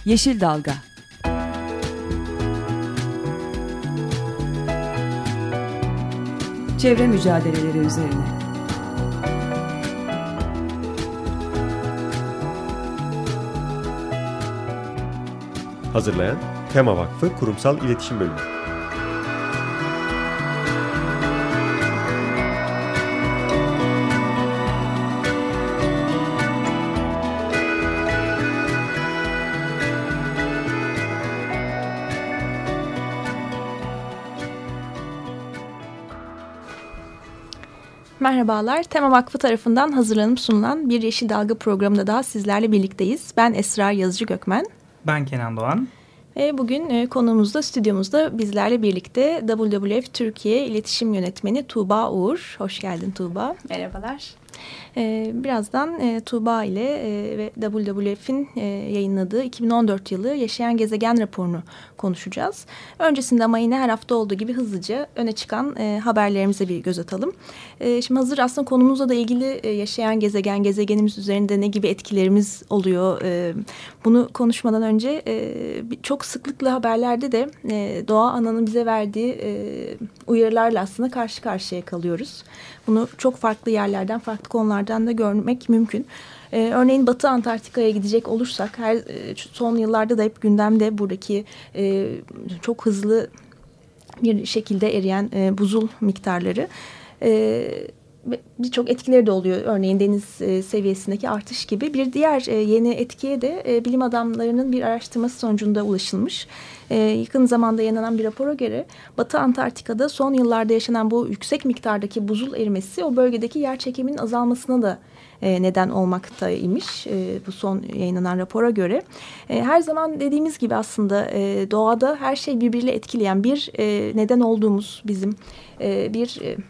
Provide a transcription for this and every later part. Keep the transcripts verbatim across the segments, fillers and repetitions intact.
Yeşil Dalga. Çevre mücadeleleri üzerine. Hazırlayan Tema Vakfı Kurumsal İletişim Bölümü. Merhabalar, Tema Vakfı tarafından hazırlanıp sunulan bir Yeşil Dalga programında daha sizlerle birlikteyiz. Ben Esra Yazıcı Gökmen. Ben Kenan Doğan. Ve bugün e, konuğumuzda, stüdyomuzda bizlerle birlikte W W F Türkiye İletişim Yönetmeni Tuğba Uğur. Hoş geldin Tuğba. Merhabalar. Ee, birazdan e, Tuğba ile e, ve W W F'in e, yayınladığı iki bin on dört yılı Yaşayan Gezegen raporunu konuşacağız. Öncesinde ama yine her hafta olduğu gibi hızlıca öne çıkan e, haberlerimize bir göz atalım. E, şimdi hazır aslında konumuzla da ilgili e, yaşayan gezegen, gezegenimiz üzerinde ne gibi etkilerimiz oluyor? E, bunu konuşmadan önce e, çok sıklıkla haberlerde de e, Doğa Ana'nın bize verdiği e, uyarılarla aslında karşı karşıya kalıyoruz. Bunu çok farklı yerlerden, farklı konulardan da görmek mümkün. Ee, örneğin Batı Antarktika'ya gidecek olursak, her e, son yıllarda da hep gündemde buradaki e, çok hızlı bir şekilde eriyen e, buzul miktarları. E, Birçok etkileri de oluyor. Örneğin deniz e, seviyesindeki artış gibi. Bir diğer e, yeni etkiye de e, bilim adamlarının bir araştırması sonucunda ulaşılmış. E, yakın zamanda yayınlanan bir rapora göre Batı Antarktika'da son yıllarda yaşanan bu yüksek miktardaki buzul erimesi o bölgedeki yer çekiminin azalmasına da e, neden olmaktaymış. E, bu son yayınlanan rapora göre. E, her zaman dediğimiz gibi aslında e, doğada her şey birbiriyle etkileyen bir e, neden olduğumuz bizim e, bir... E,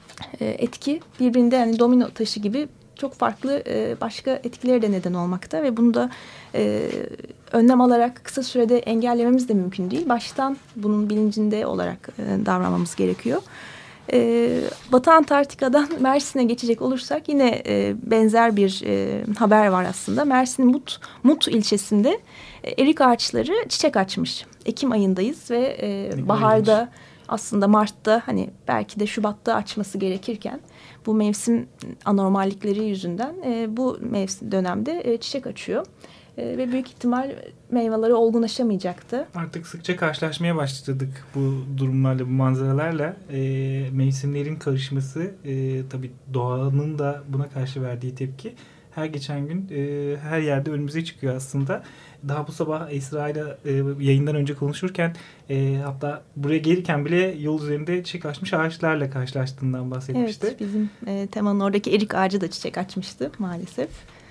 etki birbirinde, yani domino taşı gibi çok farklı başka etkileri de neden olmakta ve bunu da e, önlem alarak kısa sürede engellememiz de mümkün değil. Baştan bunun bilincinde olarak e, davranmamız gerekiyor. E, Batı Antarktika'dan Mersin'e geçecek olursak yine e, benzer bir e, haber var aslında. Mersin'in Mut, Mut ilçesinde e, erik ağaçları çiçek açmış. Ekim ayındayız ve e, baharda... Aslında Mart'ta, hani belki de Şubat'ta açması gerekirken bu mevsim anormallikleri yüzünden e, bu mevsim dönemde e, çiçek açıyor. E, ve büyük ihtimal meyveleri olgunlaşamayacaktı. Artık sıkça karşılaşmaya başladık bu durumlarla, bu manzaralarla. E, mevsimlerin karışması, e, tabii doğanın da buna karşı verdiği tepki her geçen gün e, her yerde önümüze çıkıyor aslında. Daha bu sabah Esra ile yayından önce konuşurken e, hatta buraya gelirken bile yol üzerinde çiçek açmış ağaçlarla karşılaştığından bahsetmişti. Evet, bizim e, Tema'nın oradaki erik ağacı da çiçek açmıştı maalesef.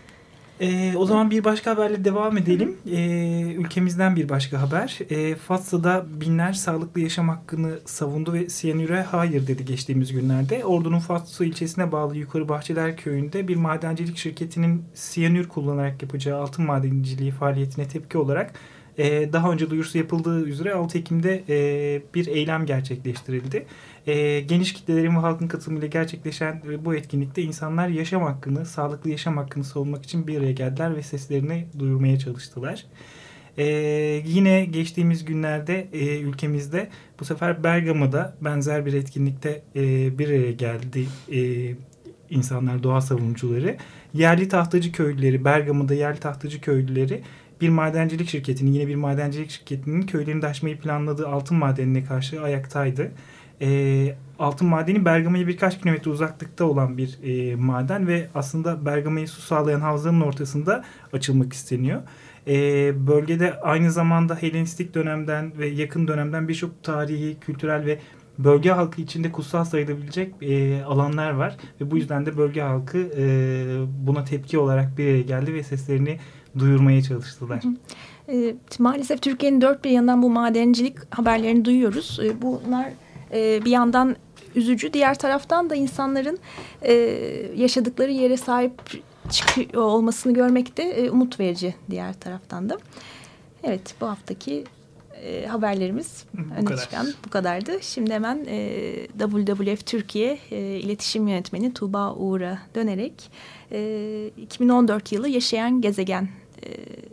E, o zaman bir başka haberle devam edelim. E, ülkemizden bir başka haber. E, Fatsa'da binler sağlıklı yaşam hakkını savundu ve siyanüre hayır dedi geçtiğimiz günlerde. Ordu'nun Fatsa ilçesine bağlı Yukarı Bahçeler Köyü'nde bir madencilik şirketinin siyanür kullanarak yapacağı altın madenciliği faaliyetine tepki olarak e, daha önce duyurusu yapıldığı üzere altı Ekim'de e, bir eylem gerçekleştirildi. E, geniş kitlelerin ve halkın katılımıyla gerçekleşen bu etkinlikte insanlar yaşam hakkını, sağlıklı yaşam hakkını savunmak için bir araya geldiler ve seslerini duyurmaya çalıştılar. E, yine geçtiğimiz günlerde e, ülkemizde bu sefer Bergama'da benzer bir etkinlikte e, bir araya geldi e, insanlar, doğa savunucuları. Yerli tahtacı köylüleri, Bergama'da yerli tahtacı köylüleri bir madencilik şirketinin, yine bir madencilik şirketinin köylerini aşmayı planladığı altın madenine karşı ayaktaydı. E, altın madeni Bergama'ya birkaç kilometre uzaklıkta olan bir e, maden ve aslında Bergama'yı su sağlayan havzanın ortasında açılmak isteniyor. E, bölgede aynı zamanda Helenistik dönemden ve yakın dönemden birçok tarihi, kültürel ve bölge halkı içinde kutsal sayılabilecek e, alanlar var ve bu yüzden de bölge halkı e, buna tepki olarak bir araya geldi ve seslerini duyurmaya çalıştılar. E, maalesef Türkiye'nin dört bir yanından bu madencilik haberlerini duyuyoruz. E, bunlar e, bir yandan üzücü, diğer taraftan da insanların e, yaşadıkları yere sahip çıkıyor olmasını görmek de e, umut verici diğer taraftan da. Evet, bu haftaki e, haberlerimiz bu öne kadar. çıkan bu kadardı. Şimdi hemen e, W W F Türkiye e, İletişim Yönetmeni Tuğba Uğur'a dönerek e, iki bin on dört yılı Yaşayan Gezegen e,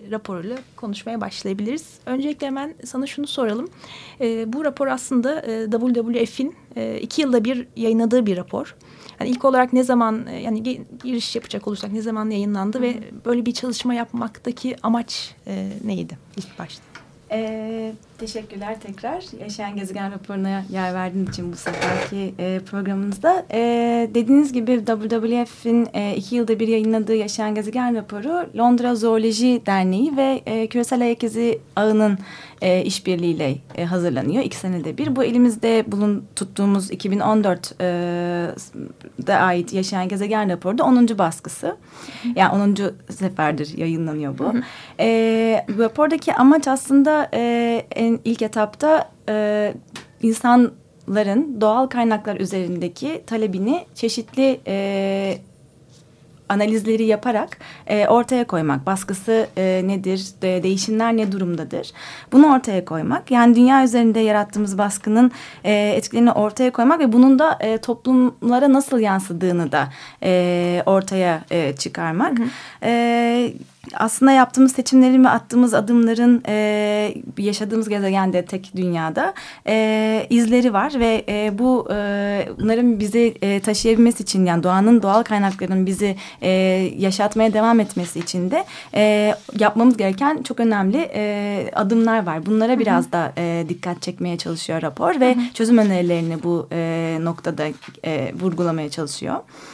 raporuyla konuşmaya başlayabiliriz. Öncelikle hemen sana şunu soralım. E, bu rapor aslında e, W W F'in e, iki yılda bir yayınladığı bir rapor. Yani ilk olarak ne zaman, yani giriş yapacak olursak ne zaman yayınlandı, hı hı, ve böyle bir çalışma yapmaktaki amaç e, neydi ilk başta? Ee, teşekkürler tekrar Yaşayan Gezegen raporuna yer verdiğiniz için bu seferki e, programımızda. E, dediğiniz gibi W W F'in e, iki yılda bir yayınladığı Yaşayan Gezegen raporu Londra Zooloji Derneği ve e, Küresel Ayak İzi Ağı'nın e, işbirliğiyle e, hazırlanıyor. İki senede bir. Bu elimizde bulun tuttuğumuz iki bin on dört'de ait Yaşayan Gezegen raporu da onuncu baskısı. Yani onuncu seferdir yayınlanıyor bu. Hı hı. E, rapordaki amaç aslında e, en ilk etapta e, insanların doğal kaynaklar üzerindeki talebini çeşitli e, analizleri yaparak e, ortaya koymak. Baskısı e, nedir? De, değişimler ne durumdadır? Bunu ortaya koymak. Yani dünya üzerinde yarattığımız baskının e, etkilerini ortaya koymak ve bunun da e, toplumlara nasıl yansıdığını da e, ortaya e, çıkarmak. Hı hı. E, aslında yaptığımız seçimlerin ve attığımız adımların e, yaşadığımız gezegende, tek dünyada e, izleri var ve e, bu e, bunların bizi e, taşıyabilmesi için, yani doğanın, doğal kaynakların bizi e, yaşatmaya devam etmesi için de e, yapmamız gereken çok önemli e, adımlar var. Bunlara biraz hı hı. da e, dikkat çekmeye çalışıyor rapor ve hı hı. çözüm önerilerini bu e, noktada e, vurgulamaya çalışıyor.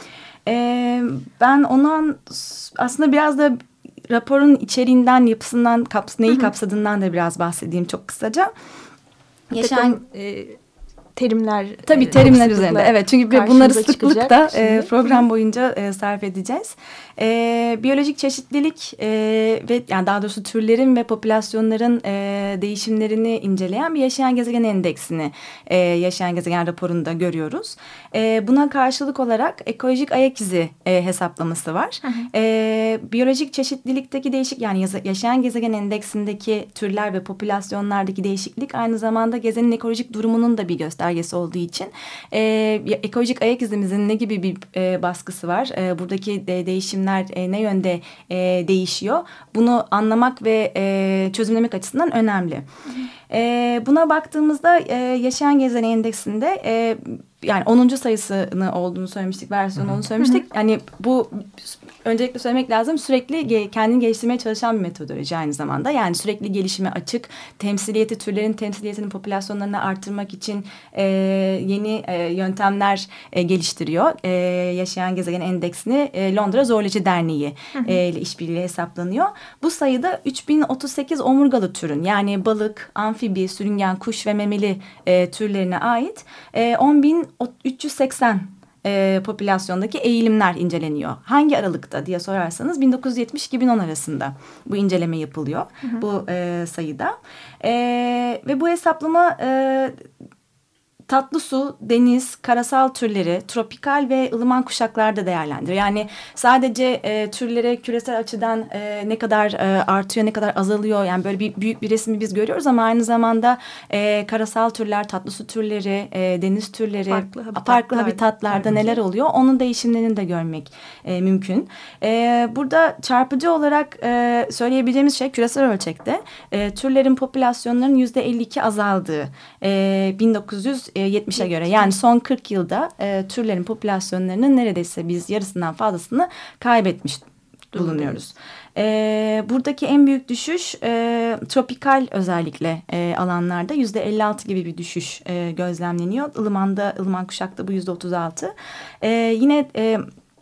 E, ben ondan aslında biraz da raporun içeriğinden, yapısından, kaps neyi hı hı. kapsadığından da biraz bahsedeyim çok kısaca. Yaşayan e, terimler. Tabii terimler üzerinde. Evet, çünkü bunları sıklıkla e, program boyunca e, sarf edeceğiz. E, biyolojik çeşitlilik e, ve yani daha doğrusu türlerin ve popülasyonların e, değişimlerini inceleyen bir yaşayan gezegen endeksini e, yaşayan gezegen raporunda görüyoruz. E, buna karşılık olarak ekolojik ayak izi e, hesaplaması var. Hı hı. E, biyolojik çeşitlilikteki değişik, yani yaşayan gezegen endeksindeki türler ve popülasyonlardaki değişiklik aynı zamanda gezegenin ekolojik durumunun da bir göstergesi olduğu için e, ekolojik ayak izimizin ne gibi bir e, baskısı var? E, buradaki de, değişim E, ne yönde e, değişiyor? Bunu anlamak ve e, çözümlemek açısından önemli. Hı hı. E, buna baktığımızda e, yaşayan gezegen endeksinde e, yani onuncu sayısını olduğunu söylemiştik, versiyonu onu söylemiştik. Yani bu öncelikle söylemek lazım, sürekli ge kendini geliştirmeye çalışan bir metodoloji aynı zamanda. Yani sürekli gelişime açık, temsiliyeti, türlerin temsiliyetini popülasyonlarına arttırmak için e, yeni e, yöntemler e, geliştiriyor. E, yaşayan gezegen endeksini e, Londra Zooloji Derneği e, ile işbirliği hesaplanıyor. Bu sayıda üç bin otuz sekiz omurgalı türün, yani balık, amfibi, sürüngen, kuş ve memeli e, türlerine ait e, on bin üç yüz seksen e, popülasyondaki eğilimler inceleniyor. Hangi aralıkta diye sorarsanız bin dokuz yüz yetmiş iki bin on arasında bu inceleme yapılıyor. Hı hı. Bu e, sayıda. E, ve bu hesaplama e, tatlı su, deniz, karasal türleri, tropikal ve ılıman kuşaklarda değerlendiriyor. Yani sadece e, türlere küresel açıdan e, ne kadar e, artıyor, ne kadar azalıyor, yani böyle bir büyük bir resmi biz görüyoruz ama aynı zamanda e, karasal türler, tatlı su türleri, e, deniz türleri, farklı habitatlar, farklı habitatlarda evet. neler oluyor, onun değişimlerini de görmek e, mümkün. E, burada çarpıcı olarak e, söyleyebileceğimiz şey küresel ölçekte e, türlerin popülasyonlarının yüzde elli iki azaldığı e, bin dokuz yüz yetmişe göre, yani son kırk yılda e, türlerin popülasyonlarının neredeyse biz yarısından fazlasını kaybetmiş bulunuyoruz. E, buradaki en büyük düşüş e, tropikal özellikle e, alanlarda yüzde elli altı gibi bir düşüş e, gözlemleniyor. Ilımanda, ılıman kuşakta bu yüzde otuz altı. E, yine e,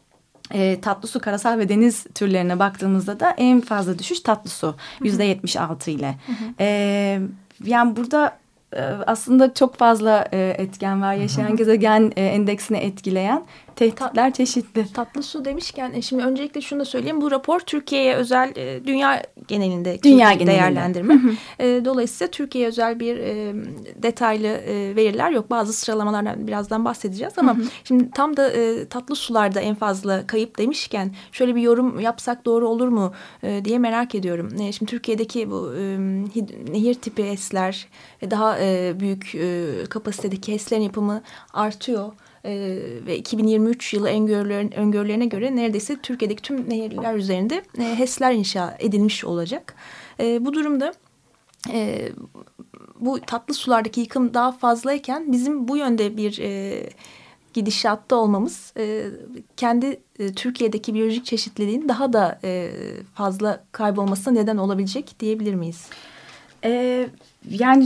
E, tatlı su, karasal ve deniz türlerine baktığımızda da en fazla düşüş tatlı su yüzde yetmiş altı ile. E, yani burada aslında çok fazla etken var. Yaşayan Hı-hı. gezegen endeksini etkileyen tehditler çeşitli. Tatlı su demişken şimdi öncelikle şunu da söyleyeyim. Bu rapor Türkiye'ye özel, dünya genelinde dünya genelinde değerlendirme. Hı-hı. Dolayısıyla Türkiye'ye özel bir e, detaylı e, veriler yok. Bazı sıralamalardan birazdan bahsedeceğiz ama Hı-hı. şimdi tam da e, tatlı sularda en fazla kayıp demişken şöyle bir yorum yapsak doğru olur mu e, diye merak ediyorum. E, şimdi Türkiye'deki bu e, nehir tipi HES'ler ve daha e, büyük e, kapasitedeki HES'lerin yapımı artıyor. e, ve iki bin yirmi üç yılı öngörülerine, öngörülerine göre neredeyse Türkiye'deki tüm nehirler üzerinde e, HES'ler inşa edilmiş olacak. E, bu durumda e, bu tatlı sulardaki yıkım daha fazlayken bizim bu yönde bir e, gidişatta olmamız e, kendi e, Türkiye'deki biyolojik çeşitliliğin daha da e, fazla kaybolmasına neden olabilecek diyebilir miyiz? Ee, yani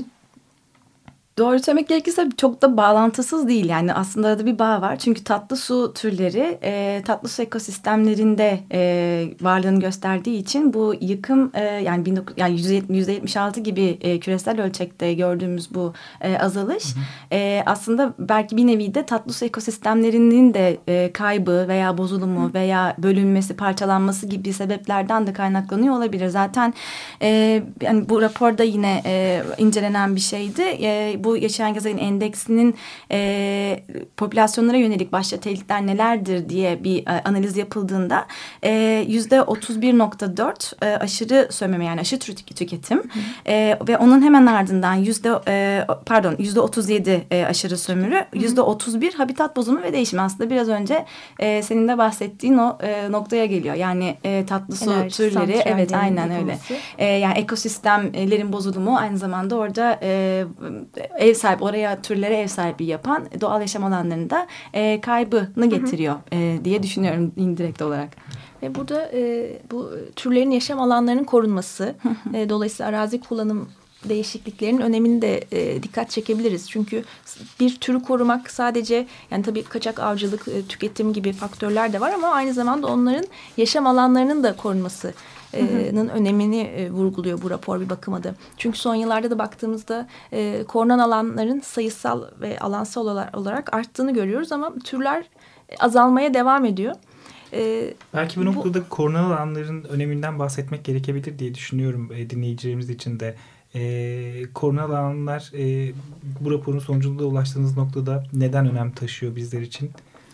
doğru söylemek gerekirse çok da bağlantısız değil. Yani aslında arada bir bağ var. Çünkü tatlı su türleri e, tatlı su ekosistemlerinde e, varlığını gösterdiği için bu yıkım e, yani, bin dokuz, yani yüzde yetmiş altı gibi e, küresel ölçekte gördüğümüz bu e, azalış hı hı. E, aslında belki bir nevi de tatlı su ekosistemlerinin de e, kaybı veya bozulumu hı. veya bölünmesi, parçalanması gibi sebeplerden de kaynaklanıyor olabilir. Zaten e, yani bu raporda yine e, incelenen bir şeydi. E, bu yaşayan gezegen endeksinin e, popülasyonlara yönelik başta tehditler nelerdir diye bir e, analiz yapıldığında yüzde otuz bir nokta dört e, aşırı sömürme yani aşırı tüketim e, ve onun hemen ardından yüzde e, pardon yüzde otuz yedi e, aşırı sömürü, yüzde otuz bir habitat bozumu ve değişim. Aslında biraz önce e, senin de bahsettiğin o e, noktaya geliyor. Yani e, tatlı su enerji türleri, evet aynen öyle. E, yani ekosistemlerin bozulumu aynı zamanda orada e, ev sahibi, oraya türlere ev sahibi yapan doğal yaşam alanlarında e, kaybını getiriyor e, diye düşünüyorum indirekt olarak. Ve burada e, bu türlerin yaşam alanlarının korunması, e, dolayısıyla arazi kullanım değişikliklerinin önemini de e, dikkat çekebiliriz. Çünkü bir türü korumak sadece yani tabii kaçak avcılık, e, tüketim gibi faktörler de var ama aynı zamanda onların yaşam alanlarının da korunması Nın önemini e, vurguluyor bu rapor bir bakıma da. Çünkü son yıllarda da baktığımızda e, korunan alanların sayısal ve alansal olarak arttığını görüyoruz ama türler azalmaya devam ediyor. E, Belki bu noktada bu, korunan alanların öneminden bahsetmek gerekebilir diye düşünüyorum e, dinleyicilerimiz için de. E, korunan alanlar e, bu raporun sonucunda ulaştığınız noktada neden önem taşıyor bizler için?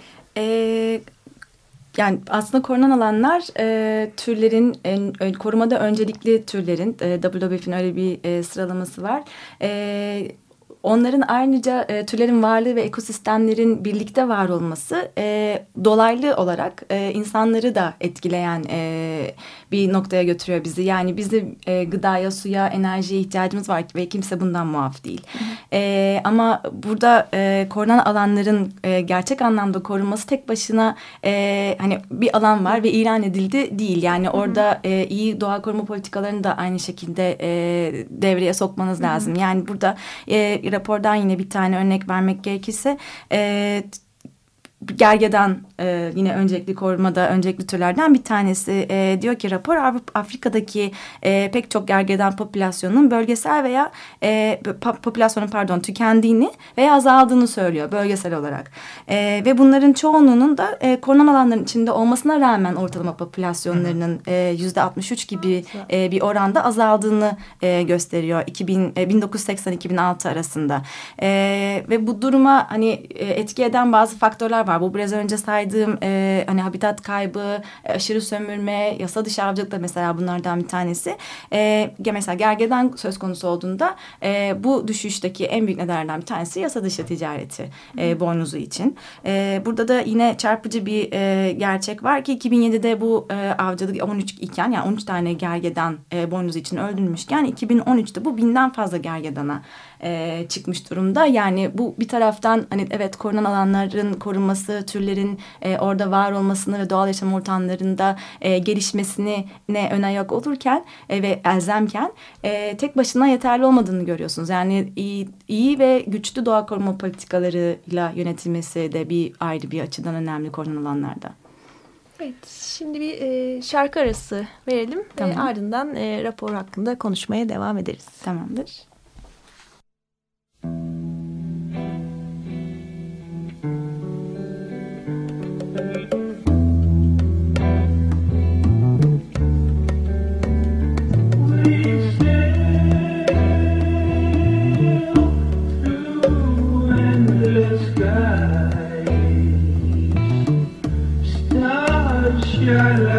Eee Yani aslında korunan alanlar e, türlerin en, korumada öncelikli türlerin e, W W F'in öyle bir e, sıralaması var. E, onların ayrıca e, türlerin varlığı ve ekosistemlerin birlikte var olması e, dolaylı olarak e, insanları da etkileyen e, bir noktaya götürüyor bizi. Yani bizim e, gıdaya, suya, enerjiye ihtiyacımız var ve kimse bundan muaf değil. E, ama burada e, korunan alanların e, gerçek anlamda korunması tek başına e, hani bir alan var ve ilan edildi değil. Yani orada e, iyi doğa koruma politikalarını da aynı şekilde e, devreye sokmanız lazım. Yani burada e, rapordan yine bir tane örnek vermek gerekirse e, gergedan e, yine öncelikli korumada öncelikli türlerden bir tanesi. E, diyor ki rapor Afrika'daki e, pek çok gergedan popülasyonunun bölgesel veya e, popülasyonun pardon tükendiğini veya azaldığını söylüyor bölgesel olarak. E, ve bunların çoğunluğunun da e, korunan alanların içinde olmasına rağmen ortalama popülasyonlarının yüzde altmış üç gibi e, bir oranda azaldığını e, gösteriyor. iki bin, e, bin dokuz yüz seksen iki bin altı arasında. E, ve bu duruma hani e, etki eden bazı faktörler var. Bu biraz önce saydığım e, hani habitat kaybı, e, aşırı sömürme, yasa dışı avcılık da mesela bunlardan bir tanesi. E, mesela gergedan söz konusu olduğunda e, bu düşüşteki en büyük nedenlerden bir tanesi yasa dışı ticareti e, boynuzu için. E, burada da yine çarpıcı bir e, gerçek var ki iki bin yedide bu e, avcılık on üç iken yani on üç tane gergedan e, boynuzu için öldürülmüşken iki bin on üçte bu binden fazla gergedana e, çıkmış durumda. Yani bu bir taraftan hani evet korunan alanların korunması, türlerin e, orada var olmasını ve doğal yaşam ortamlarında e, gelişmesini ne ön ayak olurken e, ve elzemken e, tek başına yeterli olmadığını görüyorsunuz. Yani iyi, iyi ve güçlü doğa koruma politikalarıyla yönetilmesi de bir ayrı bir açıdan önemli korunan alanlarda. Evet, şimdi bir e, şarkı arası verelim tamam. ve ardından e, rapor hakkında konuşmaya devam ederiz. Tamamdır.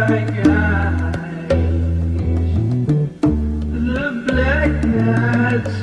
Like eyes, the black night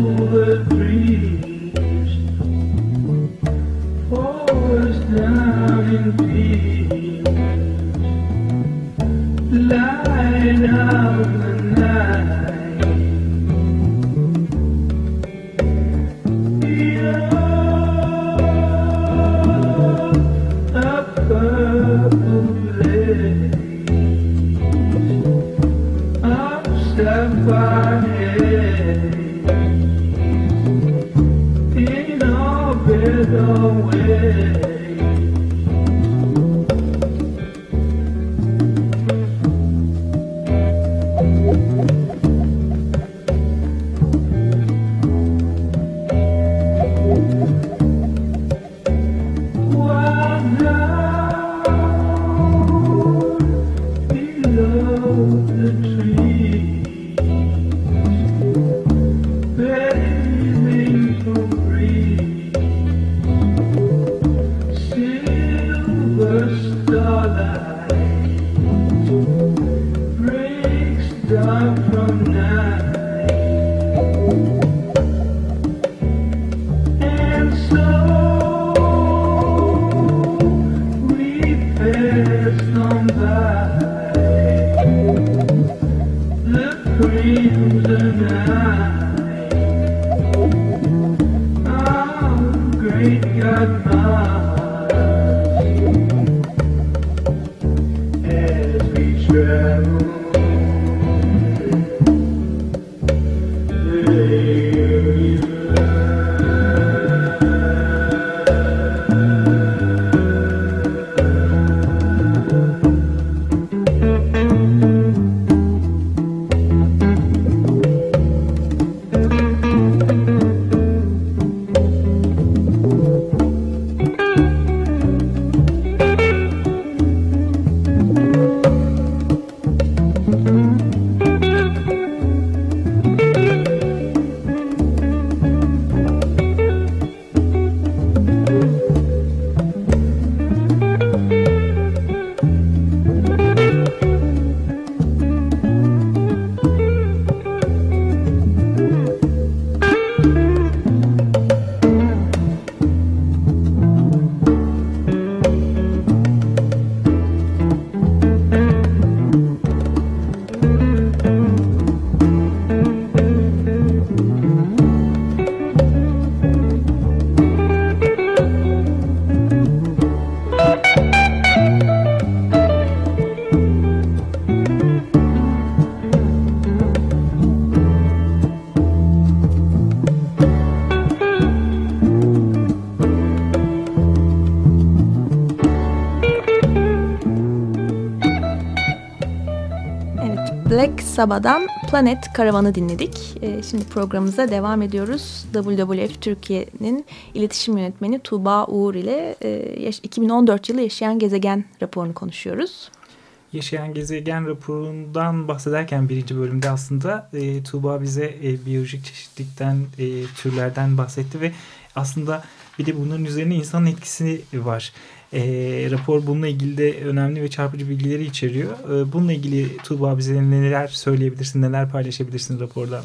Black Sabbath'dan Planet Karavan'ı dinledik. E, şimdi programımıza devam ediyoruz. W W F Türkiye'nin iletişim yönetmeni Tuğba Uğur ile e, iki bin on dört yılı Yaşayan Gezegen raporunu konuşuyoruz. Yaşayan Gezegen raporundan bahsederken birinci bölümde aslında e, Tuğba bize e, biyolojik çeşitlilikten, e, türlerden bahsetti ve aslında bir de bunların üzerine insanın etkisi var. E, rapor bununla ilgili de önemli ve çarpıcı bilgileri içeriyor. E, bununla ilgili Tuğba bize neler söyleyebilirsin, neler paylaşabilirsin rapordan?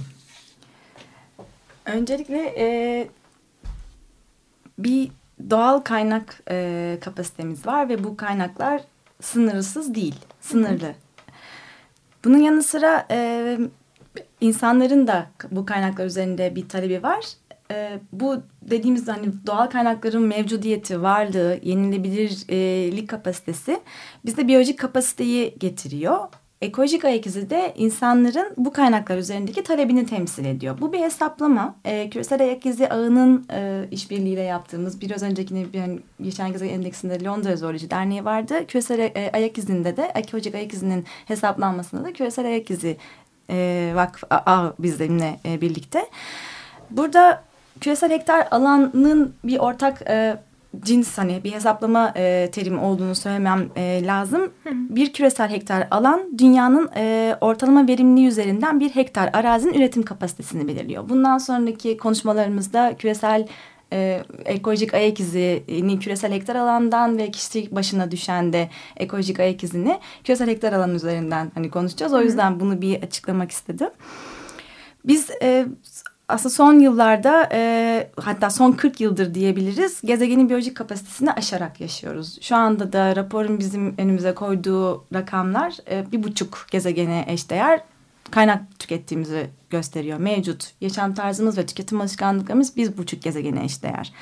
Öncelikle e, bir doğal kaynak e, kapasitemiz var ve bu kaynaklar sınırsız değil, sınırlı. Bunun yanı sıra e, insanların da bu kaynaklar üzerinde bir talebi var. E, bu dediğimiz hani doğal kaynakların mevcudiyeti, varlığı, yenilebilirlik kapasitesi bize biyolojik kapasiteyi getiriyor. Ekolojik ayak izi de insanların bu kaynaklar üzerindeki talebini temsil ediyor. Bu bir hesaplama. E, küresel ayak izi ağının e, işbirliğiyle yaptığımız, biraz önceki yani Yaşayan Gezegen Endeksinde Londra Zooloji Derneği vardı. Küresel e, ayak izinde de ekolojik ayak izinin hesaplanmasında da küresel ayak izi e, vakfı ağ bizimle e, birlikte. Burada küresel hektar alanın bir ortak e, cins, hani bir hesaplama e, terimi olduğunu söylemem e, lazım. Hı hı. Bir küresel hektar alan dünyanın e, ortalama verimliliği üzerinden bir hektar arazinin üretim kapasitesini belirliyor. Bundan sonraki konuşmalarımızda küresel e, ekolojik ayak izini küresel hektar alandan ve kişi başına düşen de ekolojik ayak izini küresel hektar alanı üzerinden hani konuşacağız. O yüzden hı hı. bunu bir açıklamak istedim. Biz e, aslında son yıllarda e, hatta son kırk yıldır diyebiliriz gezegenin biyolojik kapasitesini aşarak yaşıyoruz. Şu anda da raporun bizim önümüze koyduğu rakamlar e, bir buçuk gezegene eşdeğer kaynak tükettiğimizi gösteriyor. Mevcut yaşam tarzımız ve tüketim alışkanlıklarımız bir buçuk gezegene eşdeğer.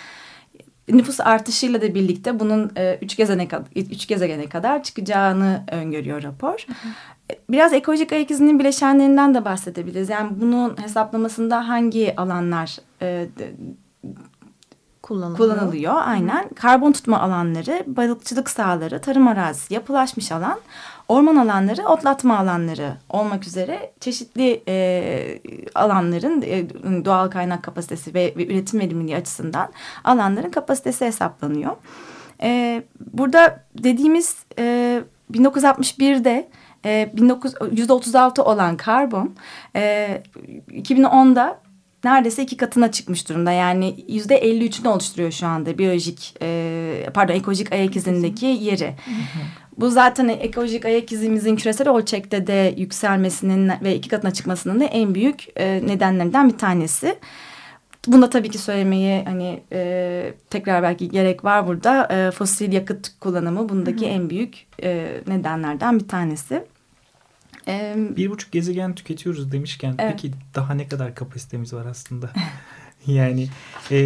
Nüfus artışıyla da birlikte bunun e, üç, gezene, üç gezegene kadar çıkacağını öngörüyor rapor. Hı hı. Biraz ekolojik ayak izinin bileşenlerinden de bahsedebiliriz. Yani bunun hesaplamasında hangi alanlar e, kullanılıyor? kullanılıyor? Aynen. Hı. Karbon tutma alanları, balıkçılık sahaları, tarım arazisi, yapılaşmış alan, orman alanları, otlatma alanları olmak üzere çeşitli e, alanların e, doğal kaynak kapasitesi ve, ve üretim verimliliği açısından alanların kapasitesi hesaplanıyor. E, burada dediğimiz e, bin dokuz yüz altmış birde e, yüzde otuz altı olan karbon e, iki bin onda neredeyse iki katına çıkmış durumda. Yani yüzde elli üçünü oluşturuyor şu anda biyolojik e, pardon ekolojik ayak izindeki yeri. Hı hı. Bu zaten ekolojik ayak izimizin küresel ölçekte de yükselmesinin ve iki katına çıkmasının da en büyük e, nedenlerinden bir tanesi. Bunda tabii ki söylemeyi hani e, tekrar belki gerek var burada. E, fosil yakıt kullanımı bundaki hı hı. en büyük e, nedenlerden bir tanesi. E, bir buçuk gezegen tüketiyoruz demişken evet. Peki daha ne kadar kapasitemiz var aslında? Yani e,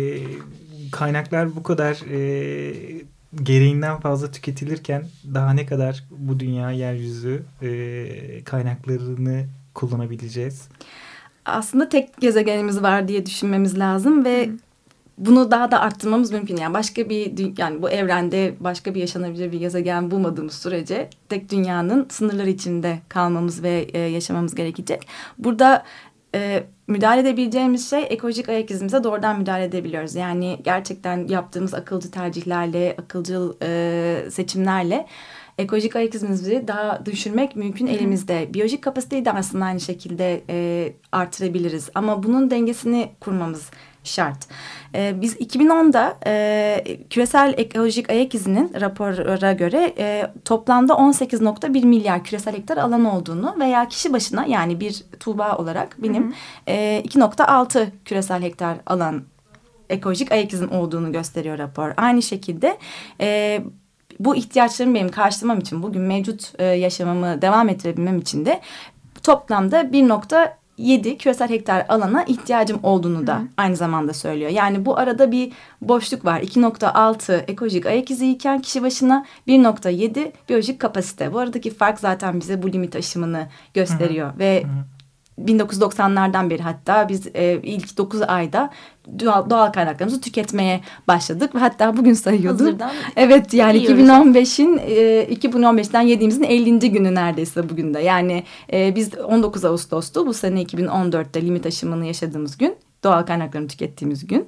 kaynaklar bu kadar e, gereğinden fazla tüketilirken daha ne kadar bu dünya yeryüzü e, kaynaklarını kullanabileceğiz? Aslında tek gezegenimiz var diye düşünmemiz lazım ve Hı. bunu daha da arttırmamız mümkün. Yani başka bir yani bu evrende başka bir yaşanabilir bir gezegen bulmadığımız sürece tek dünyanın sınırları içinde kalmamız ve e, yaşamamız gerekecek. Burada e, müdahale edebileceğimiz şey ekolojik ayak izimize doğrudan müdahale edebiliyoruz. Yani gerçekten yaptığımız akılcı tercihlerle, akılcı e, seçimlerle ekolojik ayak izimizi daha düşürmek mümkün Hı-hı. elimizde. Biyolojik kapasiteyi de aslında aynı şekilde e, artırabiliriz. Ama bunun dengesini kurmamız şart. E, biz iki bin onda e, küresel ekolojik ayak izinin rapora göre e, toplamda on sekiz nokta bir milyar küresel hektar alan olduğunu veya kişi başına yani bir Tuğba olarak benim e, iki nokta altı küresel hektar alan ekolojik ayak izin olduğunu gösteriyor rapor. Aynı şekilde e, bu ihtiyaçlarımı benim karşılamam için bugün mevcut e, yaşamımı devam ettirebilmem için de toplamda bir nokta yedi küresel hektar alana ihtiyacım olduğunu da Hı. aynı zamanda söylüyor. Yani bu arada bir boşluk var. iki nokta altı ekolojik ayak izi iken kişi başına bir nokta yedi biyolojik kapasite. Bu aradaki fark zaten bize bu limit aşımını gösteriyor. Hı. Ve Hı. bin dokuz yüz doksanlardan beri hatta biz e, ilk dokuz ayda doğal, doğal kaynaklarımızı tüketmeye başladık ve hatta bugün sayıyordum. Hazırdan evet yani iki bin on beşin e, iki bin on beşten yediğimizin ellinci günü neredeyse bugün de. Yani e, biz on dokuz Ağustos'tu bu sene iki bin on dörtte limit aşımını yaşadığımız gün. Doğal kaynaklarını tükettiğimiz gün.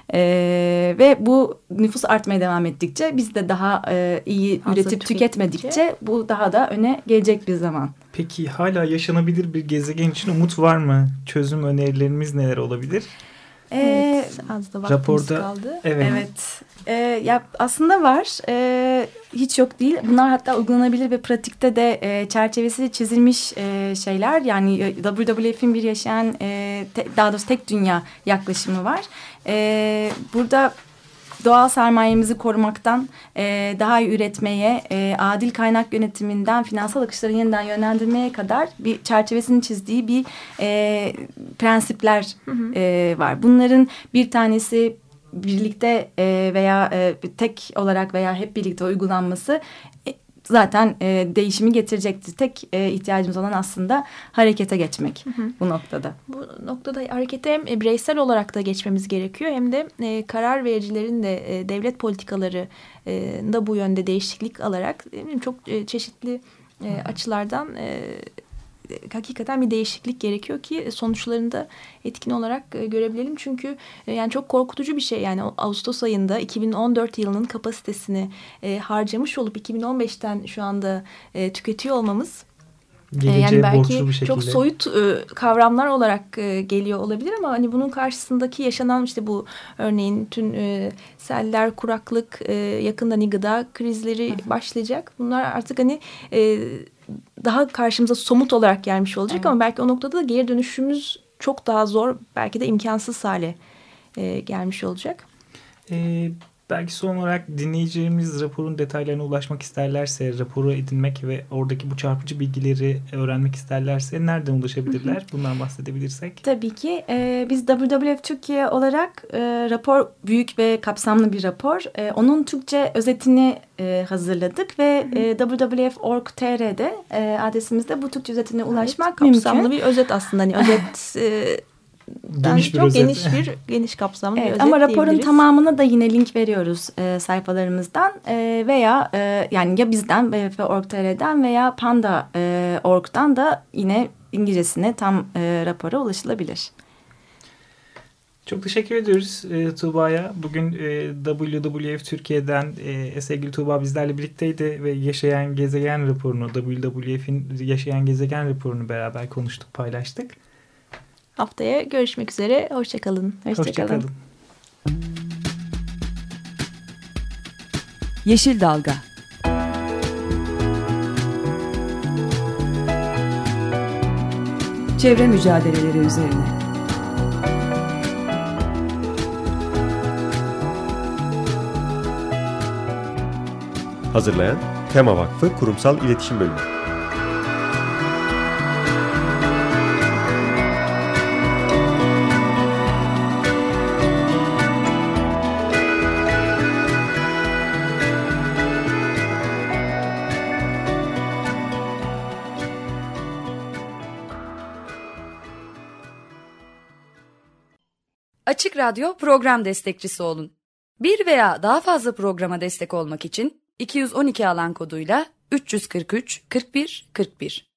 Ee, ve bu nüfus artmaya devam ettikçe biz de daha e, iyi Fazla üretip tüketmedikçe bu daha da öne gelecek bir zaman. Peki hala yaşanabilir bir gezegen için umut var mı? Çözüm önerilerimiz neler olabilir? Ee, evet, az da vaktimiz raporda, kaldı. Evet. evet. Ee, ya aslında var. Ee, hiç yok değil. Bunlar hatta uygulanabilir ve pratikte de e, çerçevesi çizilmiş e, şeyler. Yani W W F'in bir yaşayan e, te, daha doğrusu tek dünya yaklaşımı var. E, burada doğal sermayemizi korumaktan e, daha iyi üretmeye, e, adil kaynak yönetiminden finansal akışları yeniden yönlendirmeye kadar bir çerçevesini çizdiği bir e, prensipler hı hı. E, var. Bunların bir tanesi birlikte e, veya e, tek olarak veya hep birlikte uygulanması e, zaten e, değişimi getirecektir. Tek e, ihtiyacımız olan aslında harekete geçmek hı hı. bu noktada. Bu noktada harekete hem bireysel olarak da geçmemiz gerekiyor hem de e, karar vericilerin de e, devlet politikaları e, da bu yönde değişiklik alarak e, çok e, çeşitli e, açılardan e, hakikaten bir değişiklik gerekiyor ki sonuçlarında etkin olarak e, görebilelim. Çünkü e, yani çok korkutucu bir şey. Yani Ağustos ayında iki bin on dört yılının kapasitesini e, harcamış olup iki bin on beşten şu anda e, tüketiyor olmamız Geleceğe yani belki borçlu bir şekilde. Çok soyut e, kavramlar olarak e, geliyor olabilir ama hani bunun karşısındaki yaşanan işte bu örneğin tüm e, seller, kuraklık, e, yakında hani gıda krizleri Hı-hı. başlayacak. Bunlar artık hani e, daha karşımıza somut olarak gelmiş olacak evet. ama belki o noktada da geri dönüşümüz çok daha zor, belki de imkansız hale e, gelmiş olacak. Ee, belki son olarak dinleyicilerimiz raporun detaylarına ulaşmak isterlerse, raporu edinmek ve oradaki bu çarpıcı bilgileri öğrenmek isterlerse nereden ulaşabilirler? Bundan bahsedebilirsek. Tabii ki. E, biz W W F Türkiye olarak e, rapor büyük ve kapsamlı bir rapor. E, onun Türkçe özetini e, hazırladık ve e, w w w nokta org nokta t r'de e, adresimizde bu Türkçe özetine ulaşmak evet, mümkün. Kapsamlı bir özet aslında. Hani özet... E, Geniş bir çok özet. geniş bir geniş kapsamlı evet, bir özet ama raporun tamamına da yine link veriyoruz e, sayfalarımızdan e, veya e, yani ya bizden w w f nokta org nokta t r'den veya panda nokta org'dan da yine İngilizcesine tam e, rapora ulaşılabilir. Çok teşekkür ediyoruz e, Tuğba'ya. Bugün e, W W F Türkiye'den e, sevgili Tuğba bizlerle birlikteydi ve Yaşayan Gezegen raporunu, W W F'in Yaşayan Gezegen raporunu beraber konuştuk, paylaştık. Haftaya görüşmek üzere. Hoşçakalın. Hoşçakalın. Hoşçakalın. Yeşil Dalga. Çevre mücadeleleri üzerine. Hazırlayan Tema Vakfı Kurumsal İletişim Bölümü. Açık Radyo program destekçisi olun. Bir veya daha fazla programa destek olmak için iki yüz on iki alan koduyla üç yüz kırk üç kırk bir kırk bir